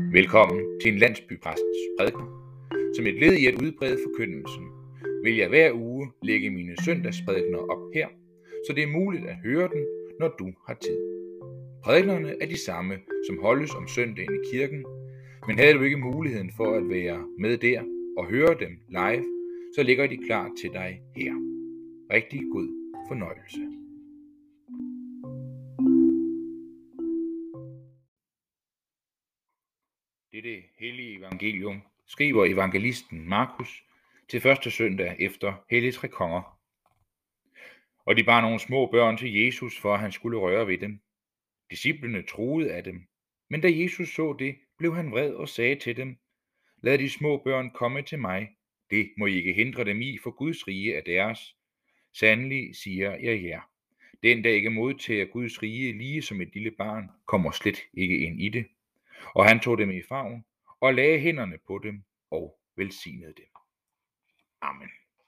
Velkommen til en landsbypræsts prædiken. Som et led i at udbrede forkyndelsen, vil jeg hver uge lægge mine søndagsprædikener op her, så det er muligt at høre den, når du har tid. Prædikenerne er de samme, som holdes om søndagen i kirken, men havde du ikke muligheden for at være med der og høre dem live, så ligger de klar til dig her. Rigtig god fornøjelse. Dette hellige evangelium skriver evangelisten Markus til første søndag efter Hellig Tre Konger. Og de bar nogle små børn til Jesus, for at han skulle røre ved dem. Disciplene troede af dem, men da Jesus så det, blev han vred og sagde til dem: Lad de små børn komme til mig, det må I ikke hindre dem i, for Guds rige er deres. Sandelig siger jeg jer, den der ikke modtager Guds rige lige som et lille barn, kommer slet ikke ind i det. Og han tog dem i favn og lagde hænderne på dem og velsignede dem. Amen.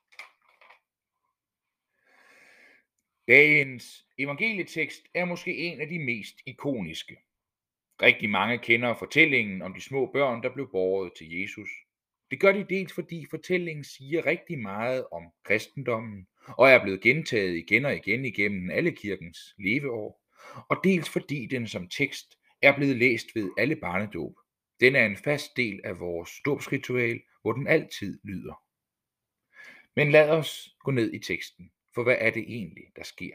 Dagens evangelietekst er måske en af de mest ikoniske. Rigtig mange kender fortællingen om de små børn, der blev båret til Jesus. Det gør de dels fordi fortællingen siger rigtig meget om kristendommen og er blevet gentaget igen og igen igennem alle kirkens leveår, og dels fordi den som tekst er blevet læst ved alle barnedåb. Den er en fast del af vores dåbsritual, hvor den altid lyder. Men lad os gå ned i teksten, for hvad er det egentlig, der sker?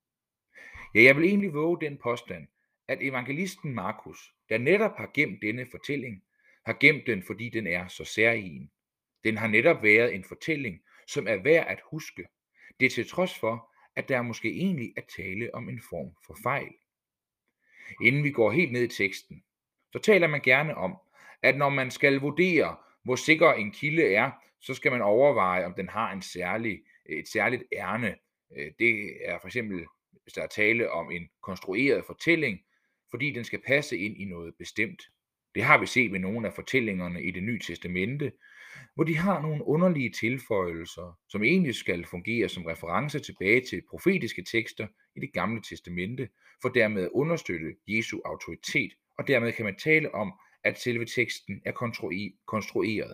Ja, jeg vil egentlig våge den påstand, at evangelisten Markus, der netop har gemt denne fortælling, har gemt den, fordi den er så særegen. Den har netop været en fortælling, som er værd at huske. Det er til trods for, at der måske egentlig er tale om en form for fejl. Inden vi går helt ned i teksten, så taler man gerne om, at når man skal vurdere, hvor sikker en kilde er, så skal man overveje, om den har et særligt ærne. Det er for eksempel, hvis der er tale om en konstrueret fortælling, fordi den skal passe ind i noget bestemt. Det har vi set ved nogle af fortællingerne i Det Nye Testamente, hvor de har nogle underlige tilføjelser, som egentlig skal fungere som reference tilbage til profetiske tekster i Det Gamle Testamente, for dermed at understøtte Jesu autoritet, og dermed kan man tale om, at selve teksten er konstrueret.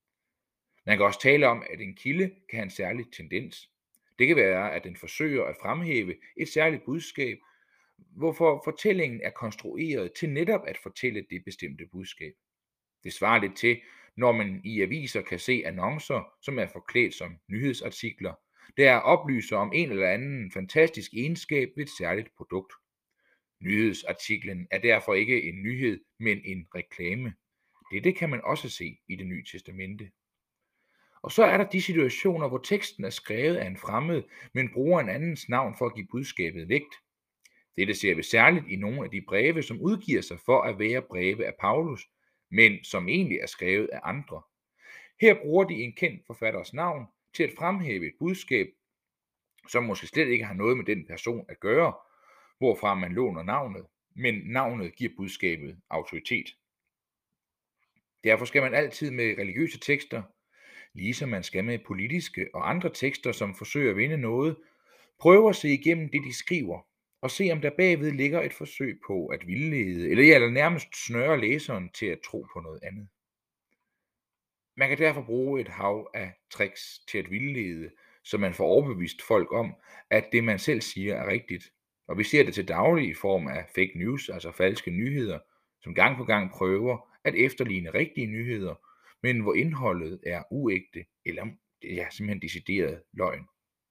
Man kan også tale om, at en kilde kan have en særlig tendens. Det kan være, at den forsøger at fremhæve et særligt budskab, hvorfor fortællingen er konstrueret til netop at fortælle det bestemte budskab. Det svarer lidt til, når man i aviser kan se annoncer, som er forklædt som nyhedsartikler, der oplyser om en eller anden fantastisk egenskab ved et særligt produkt. Nyhedsartiklen er derfor ikke en nyhed, men en reklame. Det kan man også se i Det Nye Testamente. Og så er der de situationer, hvor teksten er skrevet af en fremmed, men bruger en andens navn for at give budskabet vægt. Dette ser vi særligt i nogle af de breve, som udgiver sig for at være breve af Paulus, men som egentlig er skrevet af andre. Her bruger de en kendt forfatters navn til at fremhæve et budskab, som måske slet ikke har noget med den person at gøre, hvorfra man låner navnet, men navnet giver budskabet autoritet. Derfor skal man altid med religiøse tekster, ligesom man skal med politiske og andre tekster, som forsøger at vinde noget, prøve at se igennem det, de skriver, og se om der bagved ligger et forsøg på at vildlede, eller nærmest snøre læseren til at tro på noget andet. Man kan derfor bruge et hav af tricks til at vildlede, så man får overbevist folk om, at det man selv siger er rigtigt. Og vi ser det til daglig i form af fake news, altså falske nyheder, som gang på gang prøver at efterligne rigtige nyheder, men hvor indholdet er uægte eller simpelthen decideret løgn.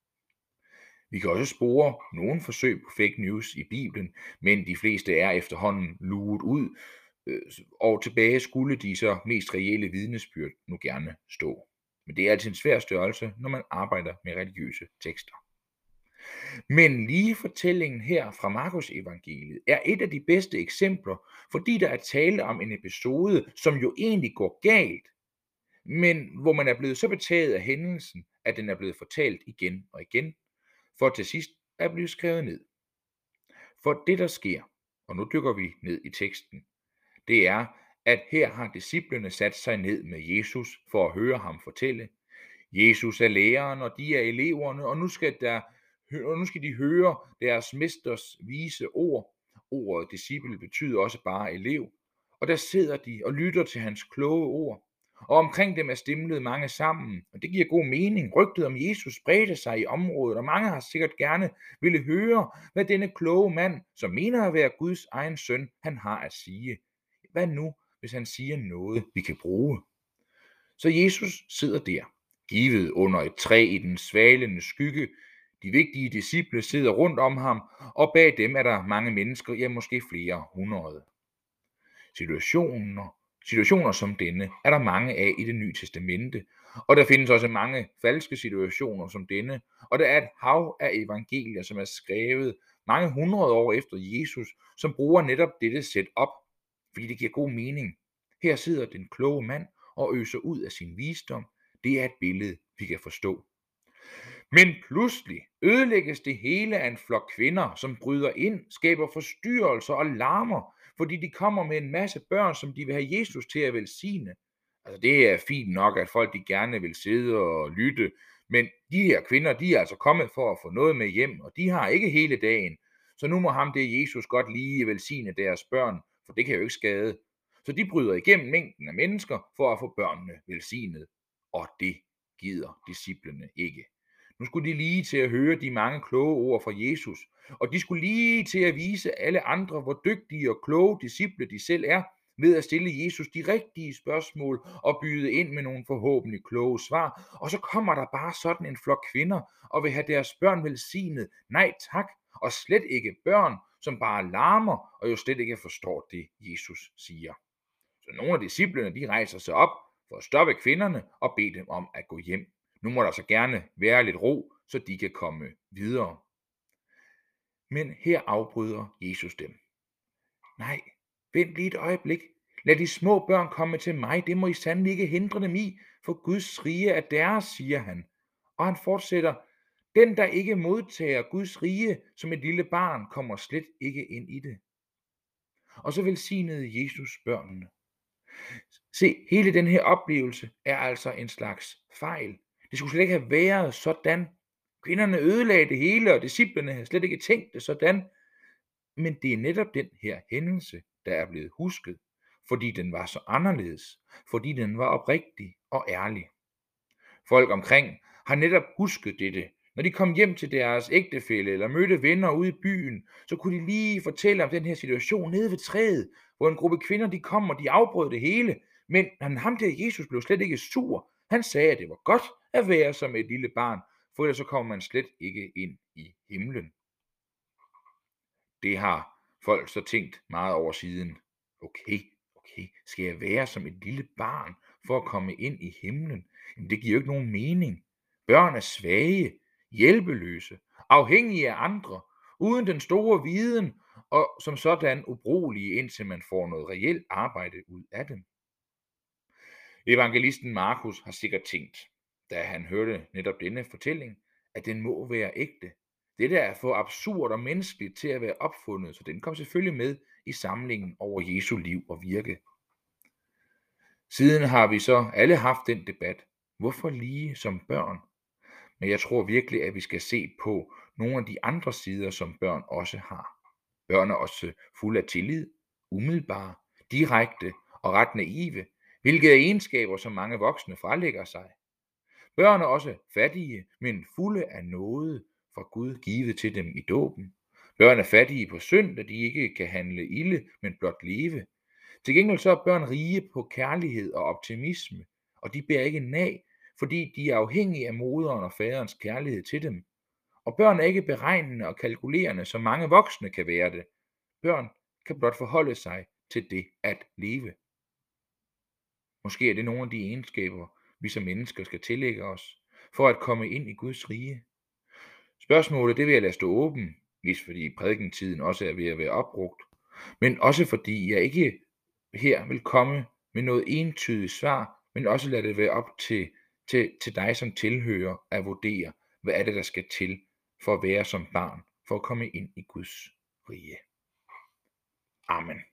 Vi kan også spore nogle forsøg på fake news i Bibelen, men de fleste er efterhånden luet ud, og tilbage skulle de så mest reelle vidnesbyrd nu gerne stå. Men det er altid en svær størrelse, når man arbejder med religiøse tekster. Men lige fortællingen her fra Markus evangeliet er et af de bedste eksempler, fordi der er tale om en episode, som jo egentlig går galt, men hvor man er blevet så betaget af hændelsen, at den er blevet fortalt igen og igen, for til sidst at blive skrevet ned. For det der sker, og nu dykker vi ned i teksten, det er, at her har disciplene sat sig ned med Jesus for at høre ham fortælle. Jesus er læreren, og de er eleverne, og nu skal de høre deres mesters vise ord. Ordet disciple betyder også bare elev, og der sidder de og lytter til hans kloge ord. Og omkring dem er stimlet mange sammen, og det giver god mening. Rygtet om Jesus spredte sig i området, og mange har sikkert gerne ville høre, hvad denne kloge mand, som mener at være Guds egen søn, han har at sige. Hvad nu, hvis han siger noget, vi kan bruge? Så Jesus sidder der, givet under et træ i den svalende skygge. De vigtige disciple sidder rundt om ham, og bag dem er der mange mennesker, ja måske flere hundrede. Situationer som denne er der mange af i det nye testamente, og der findes også mange falske situationer som denne, og der er et hav af evangelier, som er skrevet mange hundrede år efter Jesus, som bruger netop dette setup, fordi det giver god mening. Her sidder den kloge mand og øser ud af sin visdom. Det er et billede, vi kan forstå. Men pludselig ødelægges det hele af en flok kvinder, som bryder ind, skaber forstyrrelser og larmer, fordi de kommer med en masse børn, som de vil have Jesus til at velsigne. Altså det er fint nok, at folk de gerne vil sidde og lytte, men de her kvinder, de er altså kommet for at få noget med hjem, og de har ikke hele dagen. Så nu må ham det Jesus godt lige velsigne deres børn, for det kan jo ikke skade. Så de bryder igennem mængden af mennesker for at få børnene velsignet, og det gider disciplene ikke. Nu skulle de lige til at høre de mange kloge ord fra Jesus, og de skulle lige til at vise alle andre, hvor dygtige og kloge disciple de selv er, ved at stille Jesus de rigtige spørgsmål og byde ind med nogle forhåbentlig kloge svar. Og så kommer der bare sådan en flok kvinder og vil have deres børn velsignet. Nej tak, og slet ikke børn, som bare larmer og jo slet ikke forstår det, Jesus siger. Så nogle af disciplene de rejser sig op for at stoppe kvinderne og bede dem om at gå hjem. Nu må der så gerne være lidt ro, så de kan komme videre. Men her afbryder Jesus dem. Nej, vent lige et øjeblik. Lad de små børn komme til mig, det må I sandelig ikke hindre dem i, for Guds rige er deres, siger han. Og han fortsætter, den der ikke modtager Guds rige som et lille barn, kommer slet ikke ind i det. Og så velsignede Jesus børnene. Se, hele den her oplevelse er altså en slags fejl. Det skulle slet ikke have været sådan. Kvinderne ødelagde det hele, og disciplene havde slet ikke tænkt det sådan. Men det er netop den her hændelse, der er blevet husket, fordi den var så anderledes, fordi den var oprigtig og ærlig. Folk omkring har netop husket dette. Når de kom hjem til deres ægtefælle eller mødte venner ude i byen, så kunne de lige fortælle om den her situation nede ved træet, hvor en gruppe kvinder de kom og de afbrød det hele. Men ham der Jesus blev slet ikke sur. Han sagde, at det var godt at være som et lille barn, for ellers så kommer man slet ikke ind i himlen. Det har folk så tænkt meget over siden. Okay, skal jeg være som et lille barn for at komme ind i himlen? Men det giver jo ikke nogen mening. Børn er svage, hjælpeløse, afhængige af andre, uden den store viden, og som sådan ubrugelige, indtil man får noget reelt arbejde ud af dem. Evangelisten Markus har sikkert tænkt, da han hørte netop denne fortælling, at den må være ægte. Det er for absurd og menneskeligt til at være opfundet, så den kom selvfølgelig med i samlingen over Jesu liv og virke. Siden har vi så alle haft den debat. Hvorfor lige som børn? Men jeg tror virkelig, at vi skal se på nogle af de andre sider, som børn også har. Børn er også fulde af tillid, umiddelbare, direkte og ret naive, hvilket er egenskaber, som mange voksne fralægger sig. Børn er også fattige, men fulde af nåde fra Gud givet til dem i dåben. Børn er fattige på synd, da de ikke kan handle ilde, men blot leve. Til gengæld så er børn rige på kærlighed og optimisme, og de bærer ikke nag, fordi de er afhængige af moderen og faderens kærlighed til dem. Og børn er ikke beregnende og kalkulerende, som mange voksne kan være det. Børn kan blot forholde sig til det at leve. Måske er det nogle af de egenskaber, vi som mennesker skal tillægge os, for at komme ind i Guds rige. Spørgsmålet det vil jeg lade stå åben, mest fordi prædikentiden også er ved at være opbrugt, men også fordi jeg ikke her vil komme med noget entydigt svar, men også lade det være op til dig som tilhører at vurdere, hvad er det, der skal til for at være som barn, for at komme ind i Guds rige. Amen.